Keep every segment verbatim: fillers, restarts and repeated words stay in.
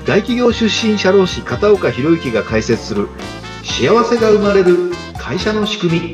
大企業出身社労士片岡博之が解説する幸せが生まれる会社の仕組み。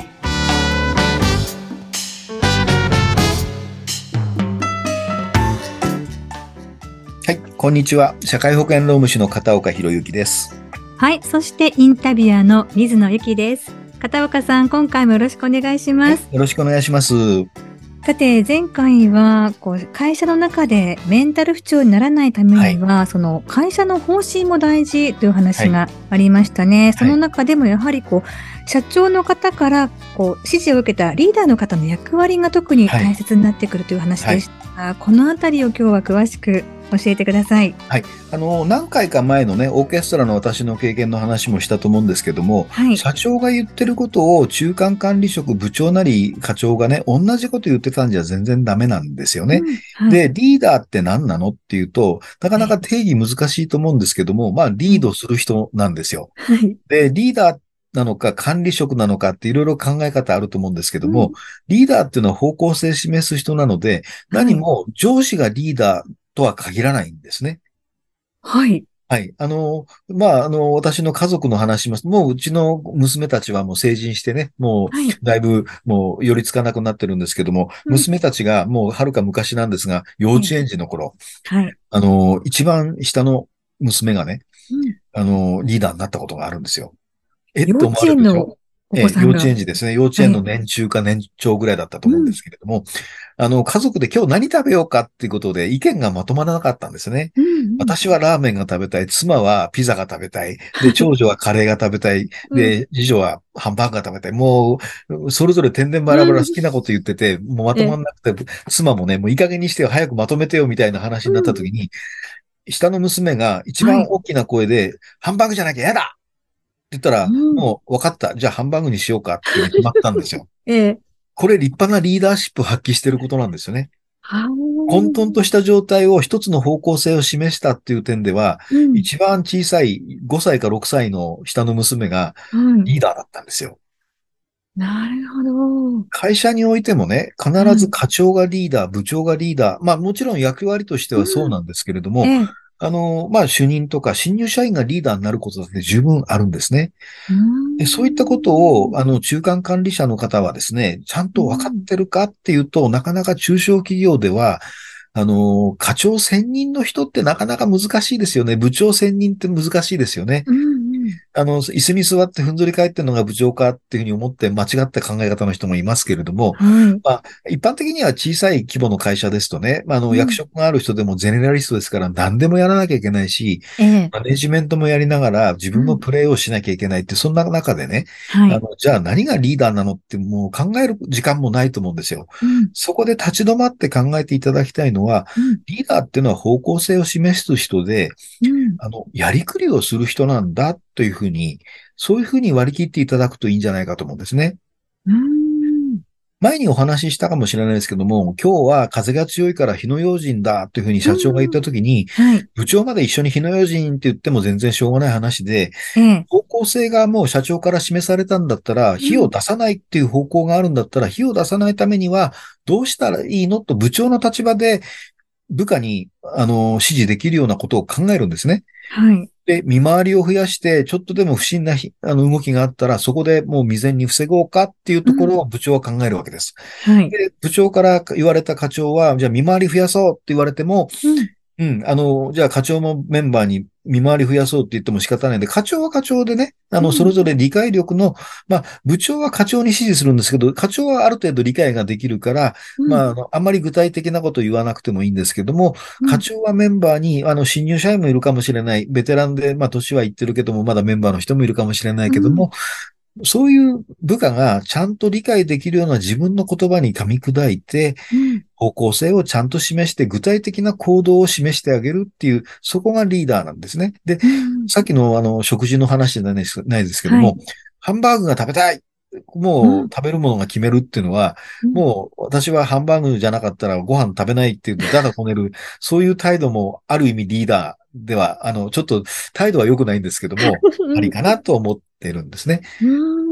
はい、こんにちは。社会保険労務士の片岡博之です。 はい、そしてインタビュアーの水野由紀です。片岡さん、今回もよろしくお願いします。 はい、よろしくお願いします。 さて、前回はこう会社の中でメンタル不調にならないためには、はい、その会社の方針も大事という話がありましたね。はい、その中でもやはりこう社長の方からこう指示を受けたリーダーの方の役割が特に大切になってくるという話でしたが、はいはい、このあたりを今日は詳しく教えてください。 はい。あの、何回か前のね、オーケストラの私の経験の話もしたと思うんですけども、はい、社長が言ってることを中間管理職、部長なり課長がね、同じこと言ってたんじゃ全然ダメなんですよね。うんはい、で、リーダーって何なのっていうと、なかなか定義難しいと思うんですけども、まあ、リードする人なんですよ。はい、で、リーダーなのか管理職なのかっていろいろ考え方あると思うんですけども、うん、リーダーっていうのは方向性示す人なので、何も上司がリーダーとは限らないんですね。 はい。 はい。あの、まあ、あの、私の家族の話します。もううちの娘たちはもう成人してね、もうだいぶもう寄りつかなくなってるんですけども、はい、娘たちがもうはるか昔なんですが、幼稚園児の頃、はい。あの、一番下の娘がね、うん、あの、リーダーになったことがあるんですよ。えっと思われるでしょ。ええ、幼稚園児ですね。幼稚園の年中か年長ぐらいだったと思うんですけれども、はいうん、あの、家族で今日何食べようかっていうことで意見がまとまらなかったんですね。うんうん、私はラーメンが食べたい。妻はピザが食べたい。で、長女はカレーが食べたい。で、次女はハンバーグが食べたい。もう、それぞれ天然バラバラ好きなこと言ってて、もうまとまらなくて、妻もね、もういい加減にしてよ、早くまとめてよみたいな話になった時に、うん、下の娘が一番大きな声で、はい、ハンバーグじゃなきゃ嫌だって言ったら、うん、もう分かった。じゃあハンバーグにしようかっていうに決まったんですよ。ええ、これ立派なリーダーシップを発揮していることなんですよね。混沌とした状態を一つの方向性を示したっていう点では、うん、一番小さいごさいかろくさいの下の娘がリーダーだったんですよ。 うん、なるほど。 会社においてもね、必ず課長がリーダー、うん、部長がリーダー、まあもちろん役割としてはそうなんですけれども、うんええあの、まあ、主任とか新入社員がリーダーになることだって十分あるんですね。でそういったことを、あの、中間管理者の方はですね、ちゃんと分かってるかっていうと、なかなか中小企業では、あの、課長専任の人ってなかなか難しいですよね。部長専任って難しいですよね。うんうん、あの、椅子に座ってふんぞり返ってるのが部長かっていうふうに思って間違った考え方の人もいますけれども、はい、まあ、一般的には小さい規模の会社ですとね、まあ、あの、役職がある人でもゼネラリストですから何でもやらなきゃいけないし、ええ、マネジメントもやりながら自分のプレーをしなきゃいけないって、うん、そんな中でね、はい、あの、じゃあ何がリーダーなのってもう考える時間もないと思うんですよ。うん、そこで立ち止まって考えていただきたいのは、うん、リーダーっていうのは方向性を示す人で、うん、あの、やりくりをする人なんだというふうに、そういうふうに割り切っていただくといいんじゃないかと思うんですね。うん前にお話ししたかもしれないですけども、今日は風が強いから火の用心だというふうに社長が言ったときに、はい、部長まで一緒に火の用心って言っても全然しょうがない話で、ええ、方向性がもう社長から示されたんだったら、火を出さないっていう方向があるんだったら、火を出さないためにはどうしたらいいのと部長の立場で部下に、あの、指示できるようなことを考えるんですね。はい。で、見回りを増やして、ちょっとでも不審なあの動きがあったら、そこでもう未然に防ごうかっていうところを部長は考えるわけです。うん、はい。で、部長から言われた課長は、じゃあ見回り増やそうって言われても、うんうん。あの、じゃあ課長もメンバーに見回り増やそうって言っても仕方ないんで、課長は課長でね、あの、それぞれ理解力の、まあ、部長は課長に指示するんですけど、課長はある程度理解ができるから、うん、まあ、あの、あんまり具体的なことを言わなくてもいいんですけども、課長はメンバーに、あの、新入社員もいるかもしれない、ベテランで、まあ、年はいってるけども、まだメンバーの人もいるかもしれないけども、うん、そういう部下がちゃんと理解できるような自分の言葉に噛み砕いて、うん方向性をちゃんと示して具体的な行動を示してあげるっていう、そこがリーダーなんですね。で、うん、さっきのあの食事の話じゃないですないですけども、はい、ハンバーグが食べたいもう食べるものが決めるっていうのは、うん、もう私はハンバーグじゃなかったらご飯食べないっていうだだこねる、そういう態度もある意味リーダーでは、あの、ちょっと態度は良くないんですけども、ありかなと思ってるんですね。うん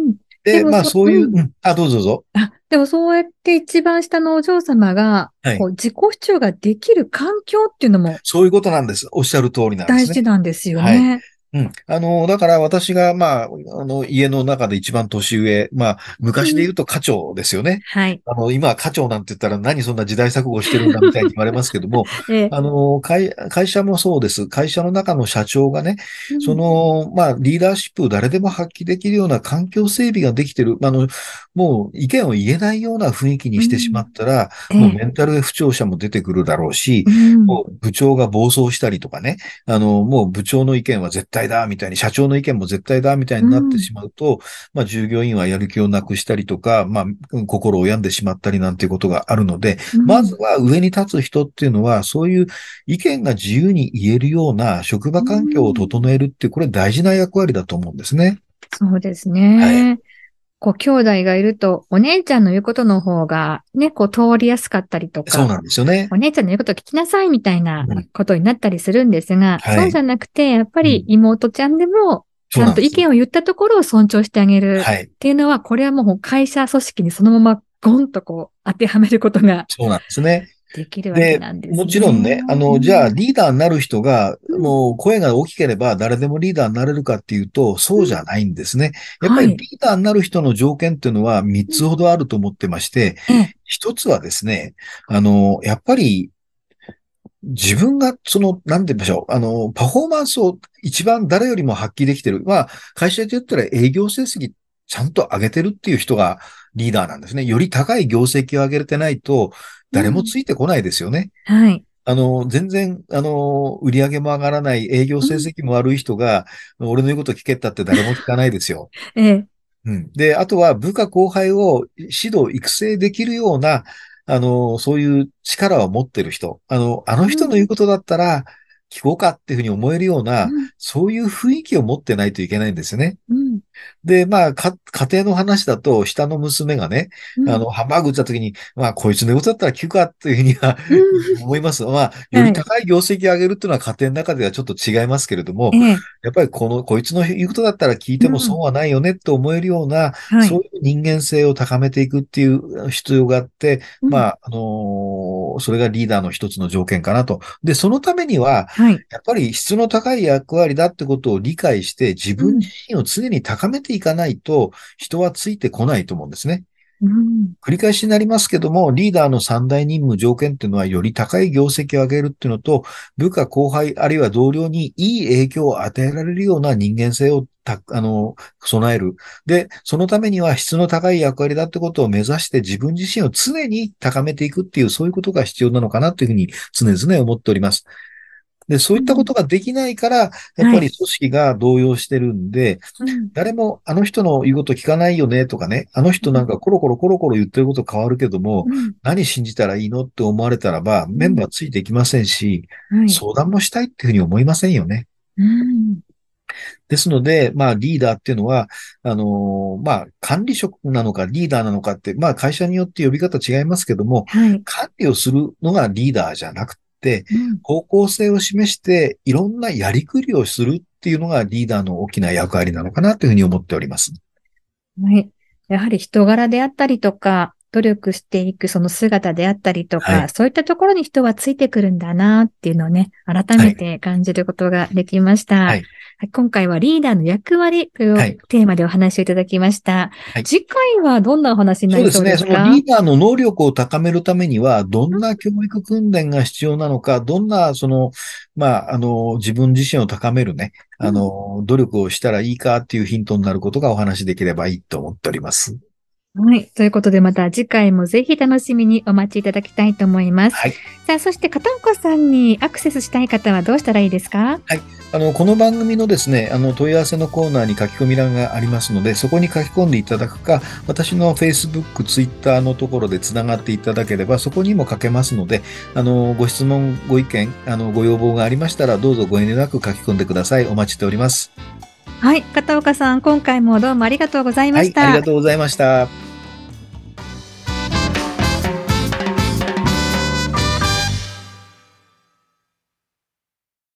で、まあでもそ、 そういう、 うん。 うん、あ、どうぞどうぞ。 あ、でもそうやって一番下のお嬢様が、 はい。 こう、自己主張ができる環境っていうのもそういうことなんです。おっしゃる通りなんで大すね。 事なんですよはい。 ね。 うん。あの、だから私が、まあ、あの、家の中で一番年上、まあ、昔でうん。 言うと課長ですよね。 はい。 あの、今は課長なんて言ったら何そんな時代錯誤してるんだみたいに言われますけども、 ええ。 あの、会、会社もそうです。会社の中の社長がね、そうん。 の、まあ、リーダーシップを誰でも発揮できるような環境整備ができてる。あの、もう意見を言えないような雰囲気にしてしまうん。 ったら、 ええ。 もうメンタル不調者も出てくるだろうし、 うん。 もう部長が暴走したりとかね、あの、もう部長の意見は絶対だ、みたいに、社長の意見も絶対だ、みたいになってうん。 しまうと、まあ、従業員はやる気をなくしたりとか、まあ、心を病んでしまったりなんていうことがあるので、 うん。 まずは上に立つ人っていうのは、そういう意見が自由に言えるような職場う環境をん。 整えるって、これ大事な役割だと思うんですね。 そうですはい。 ね。こう、兄弟がいると、お姉ちゃんの言うことの方が、ね、こう、通りやすかったりとか、 そうなんですよね。 お姉ちゃんの言うこと聞きなさいみたいなうん。 ことになったりするんですが、そうじはい。 ゃなくて、やっぱりうん。 妹ちゃんでも、ちゃんと意そうなんです。 見を言ったところを尊重してあげるはい。 っていうのは、これはもう会社組織にそのままゴンとこう、当てはめることがそうなんですね。 できるわけで、 なんですもちろんね、 ね。 あの、じゃあうん。 リーダーになる人が、 うん。 もう声が大きければ誰でもリーダーになれるかっていうと、 うん。 そうじゃないんですね。やっぱりリはい。 ーダーになる人の条件っていうのは3 うん。 つほどあると思ってまして、 ええ。 一つはですね、あの、やっぱり自分がその、なんて言いましょう、あの、パフォーマンスを一番誰よりも発揮できてる。まあ、会社で言ったら営業成績ちゃんと上げてるっていう人がリーダーなんですね。より高い業績を上げてないと、誰もうん。 ついてこないですよね。 はい。 あの、全然、あの、売り上げも上がらない営業成うん。 績も悪い人が、俺の言うこと聞けったって誰も聞かないですよ。 ええ。 うん。で、あとは部下後輩を指導、育成できるような、あの、そういう力を持ってる人。あの、あのうん。 人の言うことだったら、聞こうかっていうふうに思えるような、 うん。 そういう雰囲気を持ってないといけないんですよね。 うん。 で、まあ、か、家庭の話だと、下の娘がね、 うん。 あの、ハンバーグ打った時に、まあ、こいつの言うことだったら聞くかっていうふうにはうん。 思います。まあ、よりはい。 高い業績を上げるっていうのは家庭の中ではちょっと違いますけれども、 ええ。 やっぱりこの、こいつの言うことだったら聞いてもうん。 損はないよねって思えるような、 はい。 そういう人間性を高めていくっていう必要があって、 うん。 まあ、あのーそれがリーダーの一つの条件かなと。で、そのためには、 はい。 やっぱり質の高い役割だってことを理解して、自分自うん。 身を常に高めていかないと、人はついてこないと思うんですね。 うん。 繰り返しになりますけども、リーダーの三大任務条件っていうのは、より高い業績を上げるっていうのと、部下後輩、あるいは同僚にいい影響を与えられるような人間性をた、あの、備える。で、そのためには質の高い役割だってことを目指して自分自身を常に高めていくっていう、そういうことが必要なのかなというふうに常々思っております。で、そういったこうん。 とができないから、やっはい。 ぱり組織が動揺してるんで、 うん。 誰もあの人の言うこと聞かないよねとかね、あの人なんかコロコロコロコロ言ってること変わるけども、 うん。 何信じたらいいのって思われたらば、 うん。 メンバーついていきませんし、 はい。 相談もしたいっていうふうに思いませんよね。 うん。 ですので、まあリーダーっていうのは、あのーまあ管理職なのかリーダーなのかって、まあ会社によって呼び方違いますけども、 はい。 管理をするのがリーダーじゃなくて、 うん。 方向性を示していろんなやりくりをするっていうのがリーダーの大きな役割なのかなというふうに思っております。 はい。やはり人柄であったりとか、努力していくその姿であったりとか、 はい。 そういったところに人はついてくるんだなっていうのをね、改めはい。 て感じることができました。 はい。 はい、今回はリーダーの役割というはい。 テーマでお話をいただきました。 はい。 次回はどんなお話になりそうでそうですね。 すか？ そのリーダーの能力を高めるためには、どんな教育訓練が必要なのか、どんな、その、まあ、あの、自分自身を高めるね、あうん。 の、努力をしたらいいかっていうヒントになることがお話しできればいいと思っております。 はい。ということで、また次回もぜひ楽しみにお待ちいただきたいと思います。 はい。 さあ、そして片岡さんにアクセスしたい方はどうしたらいいですか？ はい。あの、この番組のですね、あの、問い合わせのコーナーに書き込み欄がありますので、そこに書き込んでいただくか、私の Facebook、Twitter のところでつながっていただければ、そこにも書けますので、あの、ご質問、ご意見、あの、ご要望がありましたら、どうぞご遠慮なく書き込んでください。お待ちしております。 はい。片岡さん、今回もどうもありがとうございはい、ありがました。 とうございました。